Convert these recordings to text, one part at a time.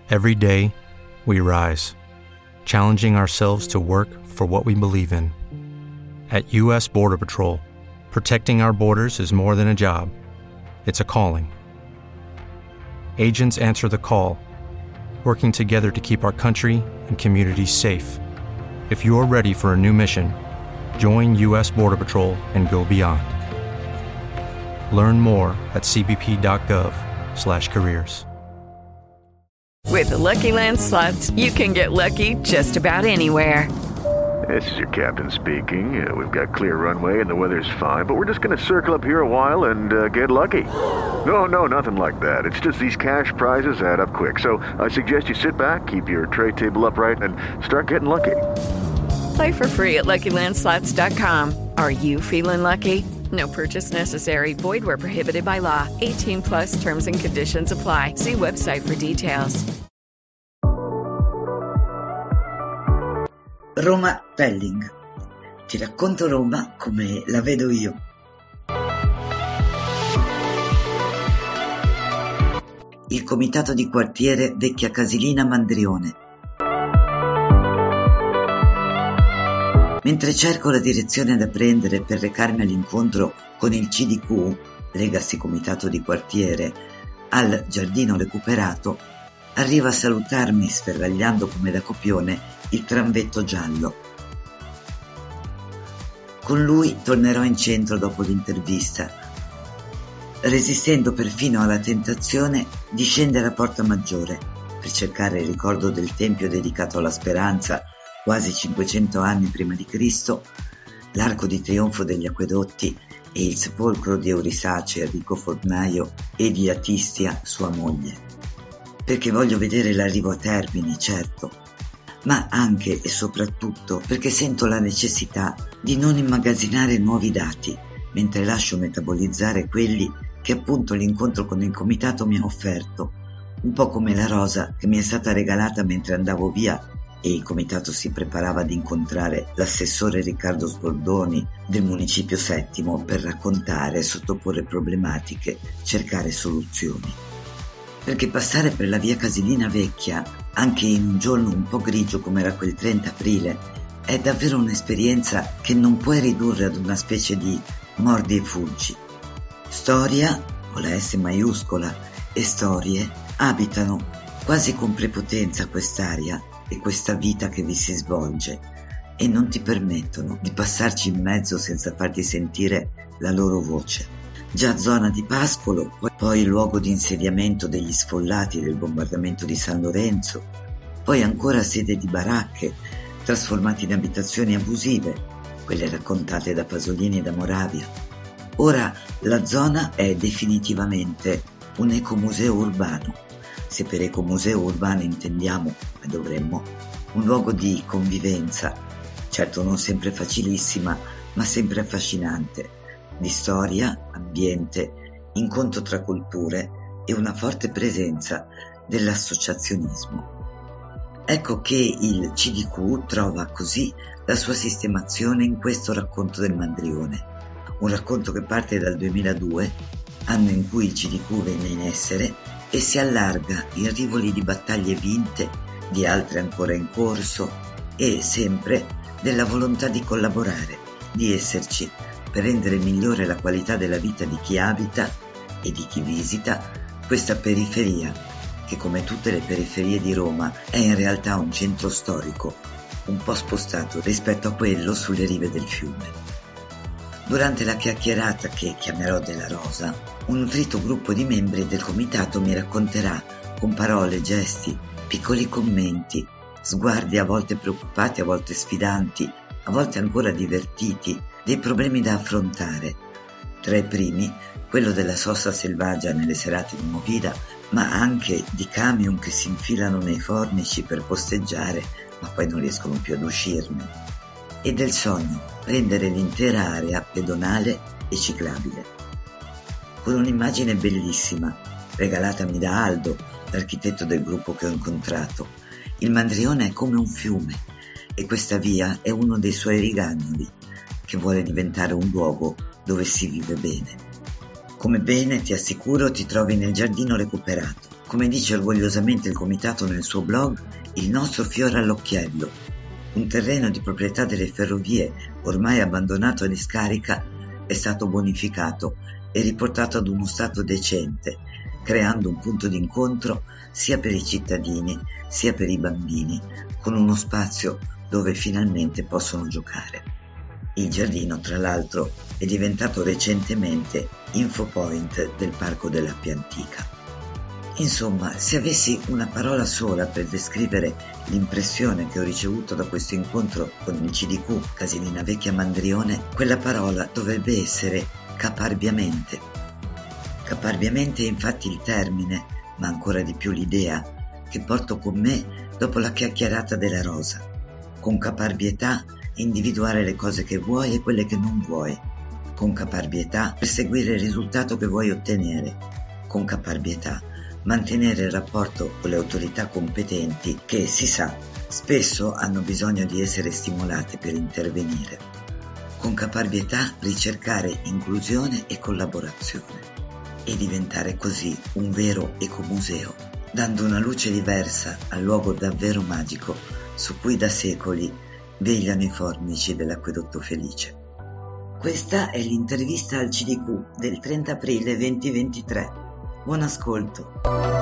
Every day, we rise, challenging ourselves to work for what we believe in. At U.S. Border Patrol, protecting our borders is more than a job. It's a calling. Agents answer the call, working together to keep our country and communities safe. If you're ready for a new mission, join U.S. Border Patrol and go beyond. Learn more at cbp.gov/careers. With the Lucky Land Slots, you can get lucky just about anywhere. This is your captain speaking. We've got clear runway and the weather's fine, but we're just going to circle up here a while and get lucky. No, nothing like that. It's just these cash prizes add up quick. So I suggest you sit back, keep your tray table upright, and start getting lucky. Play for free at LuckyLandSlots.com. Are you feeling lucky? No purchase necessary. Void where prohibited by law. 18 plus terms and conditions apply. See website for details. Roma Telling. Ti racconto Roma come la vedo io. Il comitato di quartiere Vecchia Casilina Mandrione. Mentre cerco la direzione da prendere per recarmi all'incontro con il CDQ, Legacy Comitato di Quartiere, al giardino recuperato, arriva a salutarmi sferragliando come da copione il tramvetto giallo. Con lui tornerò in centro dopo l'intervista, resistendo perfino alla tentazione di scendere a Porta Maggiore per cercare il ricordo del tempio dedicato alla speranza quasi 500 anni prima di Cristo, l'arco di trionfo degli acquedotti e il sepolcro di Eurisace, Enrico Fornaio, e di Atistia, sua moglie. Perché voglio vedere l'arrivo a termine, certo, ma anche e soprattutto perché sento la necessità di non immagazzinare nuovi dati, mentre lascio metabolizzare quelli che appunto l'incontro con il comitato mi ha offerto, un po' come la rosa che mi è stata regalata mentre andavo via e il comitato si preparava ad incontrare l'assessore Riccardo Sbordoni del Municipio Settimo per raccontare, sottoporre problematiche, cercare soluzioni. Perché passare per la via Casilina Vecchia, anche in un giorno un po' grigio come era quel 30 aprile, è davvero un'esperienza che non puoi ridurre ad una specie di mordi e fuggi. Storia, con la S maiuscola, e storie abitano quasi con prepotenza quest'aria e questa vita che vi si svolge e non ti permettono di passarci in mezzo senza farti sentire la loro voce. Già zona di pascolo, poi luogo di insediamento degli sfollati del bombardamento di San Lorenzo, poi ancora sede di baracche trasformate in abitazioni abusive, quelle raccontate da Pasolini e da Moravia. Ora la zona è definitivamente un ecomuseo urbano. Se per ecomuseo urbano intendiamo, e dovremmo, un luogo di convivenza, certo non sempre facilissima, ma sempre affascinante, di storia, ambiente, incontro tra culture e una forte presenza dell'associazionismo. Ecco che il CDQ trova così la sua sistemazione in questo racconto del Mandrione, un racconto che parte dal 2002, anno in cui il CDQ venne in essere, e si allarga in rivoli di battaglie vinte, di altre ancora in corso e sempre della volontà di collaborare, di esserci per rendere migliore la qualità della vita di chi abita e di chi visita questa periferia che, come tutte le periferie di Roma, è in realtà un centro storico un po' spostato rispetto a quello sulle rive del fiume. Durante la chiacchierata che chiamerò della Rosa, un nutrito gruppo di membri del comitato mi racconterà con parole, gesti, piccoli commenti, sguardi a volte preoccupati, a volte sfidanti, a volte ancora divertiti, dei problemi da affrontare. Tra i primi, quello della sosta selvaggia nelle serate di movida, ma anche di camion che si infilano nei fornici per posteggiare, ma poi non riescono più ad uscirne. E del sogno, rendere l'intera area pedonale e ciclabile. Con un'immagine bellissima, regalatami da Aldo, l'architetto del gruppo che ho incontrato. Il Mandrione è come un fiume e questa via è uno dei suoi rigagnoli, che vuole diventare un luogo dove si vive bene. Come bene, ti assicuro, ti trovi nel giardino recuperato, Come dice orgogliosamente il comitato nel suo blog, il nostro fiore all'occhiello, un terreno di proprietà delle ferrovie ormai abbandonato a discarica, è stato bonificato e riportato ad uno stato decente, creando un punto d'incontro sia per i cittadini sia per i bambini, con uno spazio dove finalmente possono giocare. Il giardino, tra l'altro, è diventato recentemente infopoint del Parco dell'Appia Antica. Insomma, se avessi una parola sola per descrivere l'impressione che ho ricevuto da questo incontro con il CDQ Casilina Vecchia Mandrione, quella parola dovrebbe essere caparbiamente. Caparbiamente è infatti il termine, ma ancora di più l'idea, che porto con me dopo la chiacchierata della Rosa. Con caparbietà individuare le cose che vuoi e quelle che non vuoi. Con caparbietà perseguire il risultato che vuoi ottenere. Con caparbietà mantenere il rapporto con le autorità competenti che, si sa, spesso hanno bisogno di essere stimolate per intervenire. Con caparbietà ricercare inclusione e collaborazione e diventare così un vero ecomuseo, dando una luce diversa al luogo davvero magico su cui da secoli vegliano i fornici dell'Acquedotto Felice. Questa è l'intervista al CDQ del 30 aprile 2023. Buon ascolto.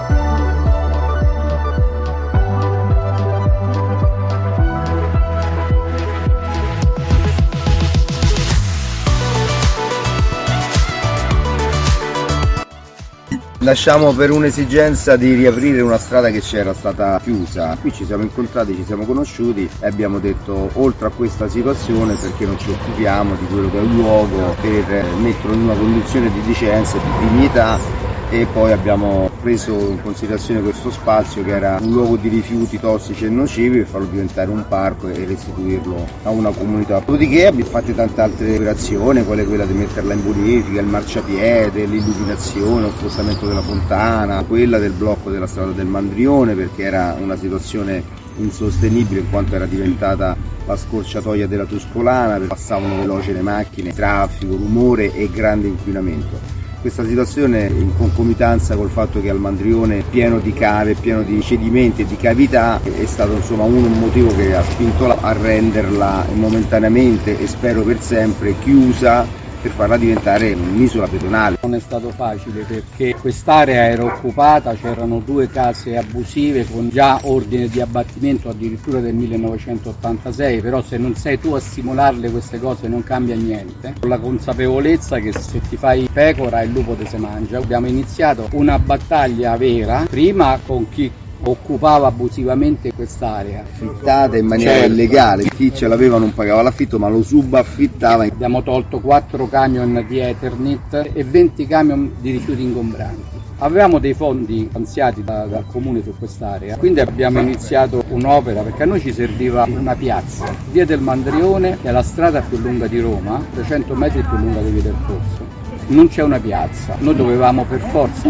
Lasciamo per un'esigenza di riaprire una strada che c'era stata chiusa. Qui ci siamo incontrati, ci siamo conosciuti e abbiamo detto, oltre a questa situazione, perché non ci occupiamo di quello che è un luogo per metterlo in una condizione di decenza e di dignità. E poi abbiamo preso in considerazione questo spazio che era un luogo di rifiuti tossici e nocivi per farlo diventare un parco e restituirlo a una comunità. Dopodiché abbiamo fatto tante altre operazioni, quale quella di metterla in bonifica, il marciapiede, l'illuminazione, lo spostamento della fontana, quella del blocco della strada del Mandrione, perché era una situazione insostenibile in quanto era diventata la scorciatoia della Tuscolana, passavano veloci le macchine, traffico, rumore e grande inquinamento. Questa situazione, in concomitanza col fatto che al Mandrione pieno di cave, pieno di cedimenti e di cavità, è stato insomma un motivo che ha spinto a renderla momentaneamente e spero per sempre chiusa, per farla diventare un'isola pedonale. Non è stato facile perché quest'area era occupata, c'erano 2 case abusive con già ordine di abbattimento addirittura del 1986, però se non sei tu a stimolarle queste cose non cambia niente. Con la consapevolezza che se ti fai pecora il lupo te se mangia, abbiamo iniziato una battaglia vera, prima con chi occupava abusivamente quest'area, affittata in maniera illegale, chi ce l'aveva non pagava l'affitto ma lo subaffittava. Abbiamo tolto 4 camion di Eternit e 20 camion di rifiuti ingombranti. Avevamo dei fondi stanziati dal comune su quest'area, quindi abbiamo iniziato un'opera perché a noi ci serviva una piazza, via del Mandrione, che è la strada più lunga di Roma, 300 metri più lunga di via del Corso. Non c'è una piazza, noi dovevamo per forza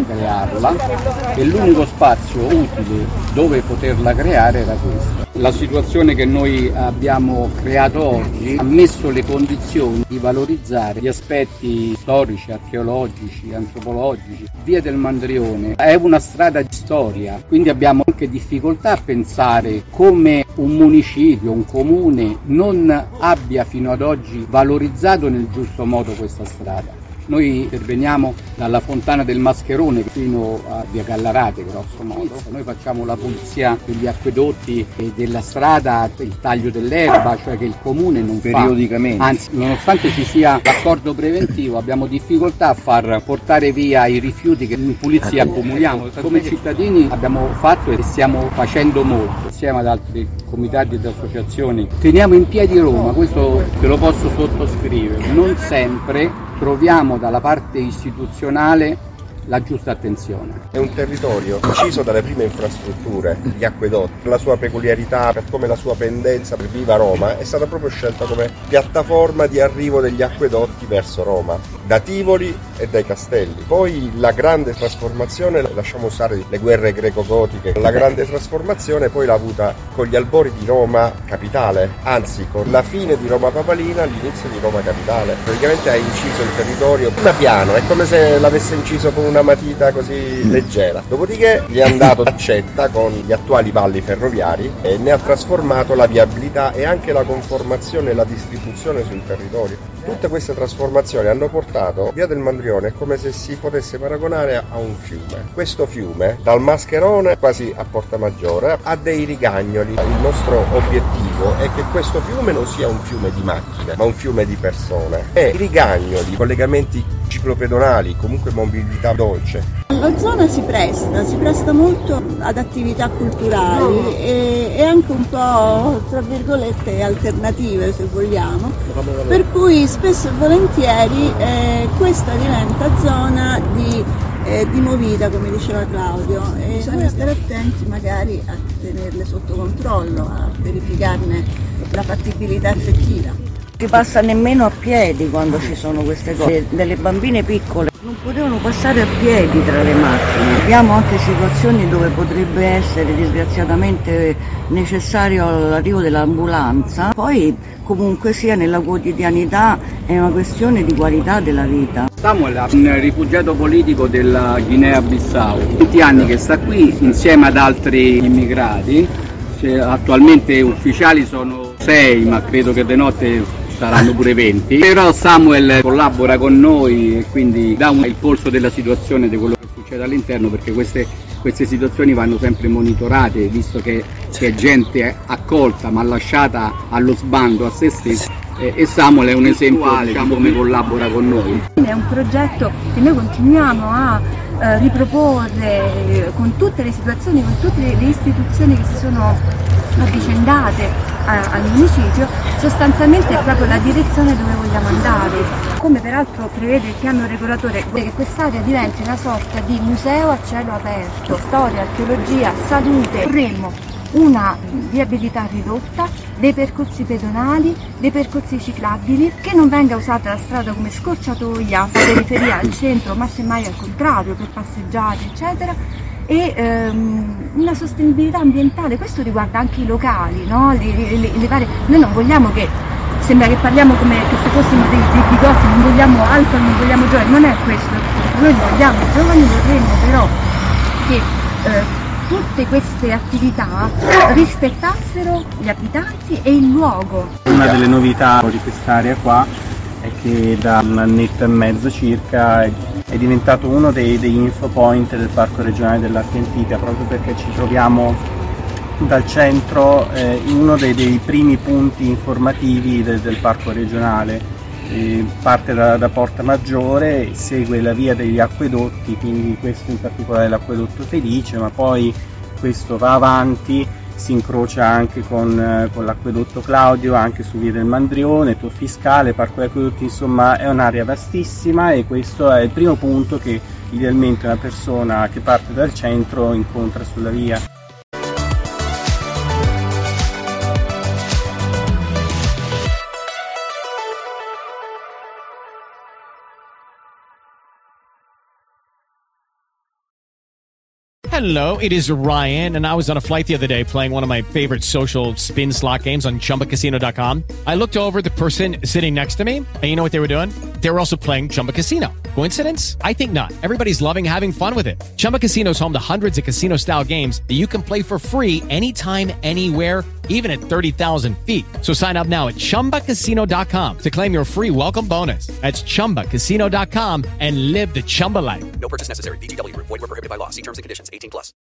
crearla e l'unico spazio utile dove poterla creare era questo. La situazione che noi abbiamo creato oggi ha messo le condizioni di valorizzare gli aspetti storici, archeologici, antropologici. Via del Mandrione è una strada di storia, quindi abbiamo anche difficoltà a pensare come un municipio, un comune non abbia fino ad oggi valorizzato nel giusto modo questa strada. Noi interveniamo dalla Fontana del Mascherone fino a via Gallarate, grosso modo. Noi facciamo la pulizia degli acquedotti e della strada, il taglio dell'erba, cioè che il comune non periodicamente fa. Anzi, nonostante ci sia l'accordo preventivo, abbiamo difficoltà a far portare via i rifiuti che in pulizia accumuliamo. Come cittadini abbiamo fatto e stiamo facendo molto, insieme ad altri comitati ed associazioni. Teniamo in piedi Roma, questo te lo posso sottoscrivere. Non sempre troviamo dalla parte istituzionale la giusta attenzione. È un territorio inciso dalle prime infrastrutture, gli acquedotti. La sua peculiarità, per come la sua pendenza per viva Roma, è stata proprio scelta come piattaforma di arrivo degli acquedotti verso Roma, da Tivoli e dai castelli. Poi la grande trasformazione, lasciamo usare le guerre greco-gotiche, la grande trasformazione poi l'ha avuta con gli albori di Roma capitale, anzi con la fine di Roma Papalina, l'inizio di Roma capitale. Praticamente ha inciso il territorio da piano, è come se l'avesse inciso con una matita così leggera. Dopodiché gli è andato d'accetta con gli attuali valli ferroviari e ne ha trasformato la viabilità e anche la conformazione e la distribuzione sul territorio. Tutte queste trasformazioni hanno portato Via del Mandrione come se si potesse paragonare a un fiume. Questo fiume, dal Mascherone quasi a Porta Maggiore, ha dei rigagnoli. Il nostro obiettivo è che questo fiume non sia un fiume di macchine, ma un fiume di persone. E i rigagnoli, collegamenti ciclopedonali, comunque mobilità dolce. La zona si presta molto ad attività culturali e anche un po', tra virgolette, alternative, se vogliamo, per cui spesso e volentieri questa diventa zona di movida, come diceva Claudio, e bisogna stare attenti magari a tenerle sotto controllo, a verificarne la fattibilità effettiva. Si passa nemmeno a piedi quando ci sono queste cose. Delle bambine piccole non potevano passare a piedi tra le macchine. Abbiamo anche situazioni dove potrebbe essere disgraziatamente necessario l'arrivo dell'ambulanza. Poi comunque sia nella quotidianità è una questione di qualità della vita. Samuel è un rifugiato politico della Guinea-Bissau, 20 anni che sta qui insieme ad altri immigrati. Attualmente ufficiali sono 6, ma credo che di notte saranno pure 20, però Samuel collabora con noi e quindi dà il polso della situazione, di quello che succede all'interno, perché queste situazioni vanno sempre monitorate, visto che c'è gente accolta ma lasciata allo sbando a se stessa, e Samuel è un esempio di come collabora con noi. È un progetto che noi continuiamo a riproporre con tutte le situazioni, con tutte le istituzioni che si sono avvicendate al municipio. Sostanzialmente è proprio la direzione dove vogliamo andare, come peraltro prevede il piano regolatore, che quest'area diventi una sorta di museo a cielo aperto, storia, archeologia, salute. Vorremmo una viabilità ridotta, dei percorsi pedonali, dei percorsi ciclabili, che non venga usata la strada come scorciatoia, periferia al centro, ma semmai al contrario, per passeggiate, eccetera, e una sostenibilità ambientale. Questo riguarda anche i locali, no? Le varie. Noi non vogliamo che, sembra che parliamo come che se fossimo dei bigotti, non vogliamo alcol, non vogliamo gioia, non è questo. Noi vogliamo, i giovani vorremmo però che tutte queste attività rispettassero gli abitanti e il luogo. Una delle novità di quest'area qua è che da un annetto e mezzo circa è diventato uno degli infopoint del Parco Regionale dell'Arte Antica, proprio perché ci troviamo dal centro in uno dei primi punti informativi del Parco Regionale. Parte da Porta Maggiore, segue la via degli acquedotti, quindi questo in particolare è l'acquedotto Felice, ma poi questo va avanti, si incrocia anche con l'acquedotto Claudio, anche su Via del Mandrione, Tor Fiscale, Parco degli Acquedotti, insomma è un'area vastissima e questo è il primo punto che idealmente una persona che parte dal centro incontra sulla via. Hello, it is Ryan, and I was on a flight the other day playing one of my favorite social spin slot games on ChumbaCasino.com. I looked over at the person sitting next to me, and you know what they were doing? They were also playing Chumba Casino. Coincidence? I think not. Everybody's loving having fun with it. Chumba Casino is home to hundreds of casino-style games that you can play for free anytime, anywhere, even at 30,000 feet. So sign up now at ChumbaCasino.com to claim your free welcome bonus. That's ChumbaCasino.com and live the Chumba life. No purchase necessary. VGW. Void where prohibited by law. See terms and conditions. 18+.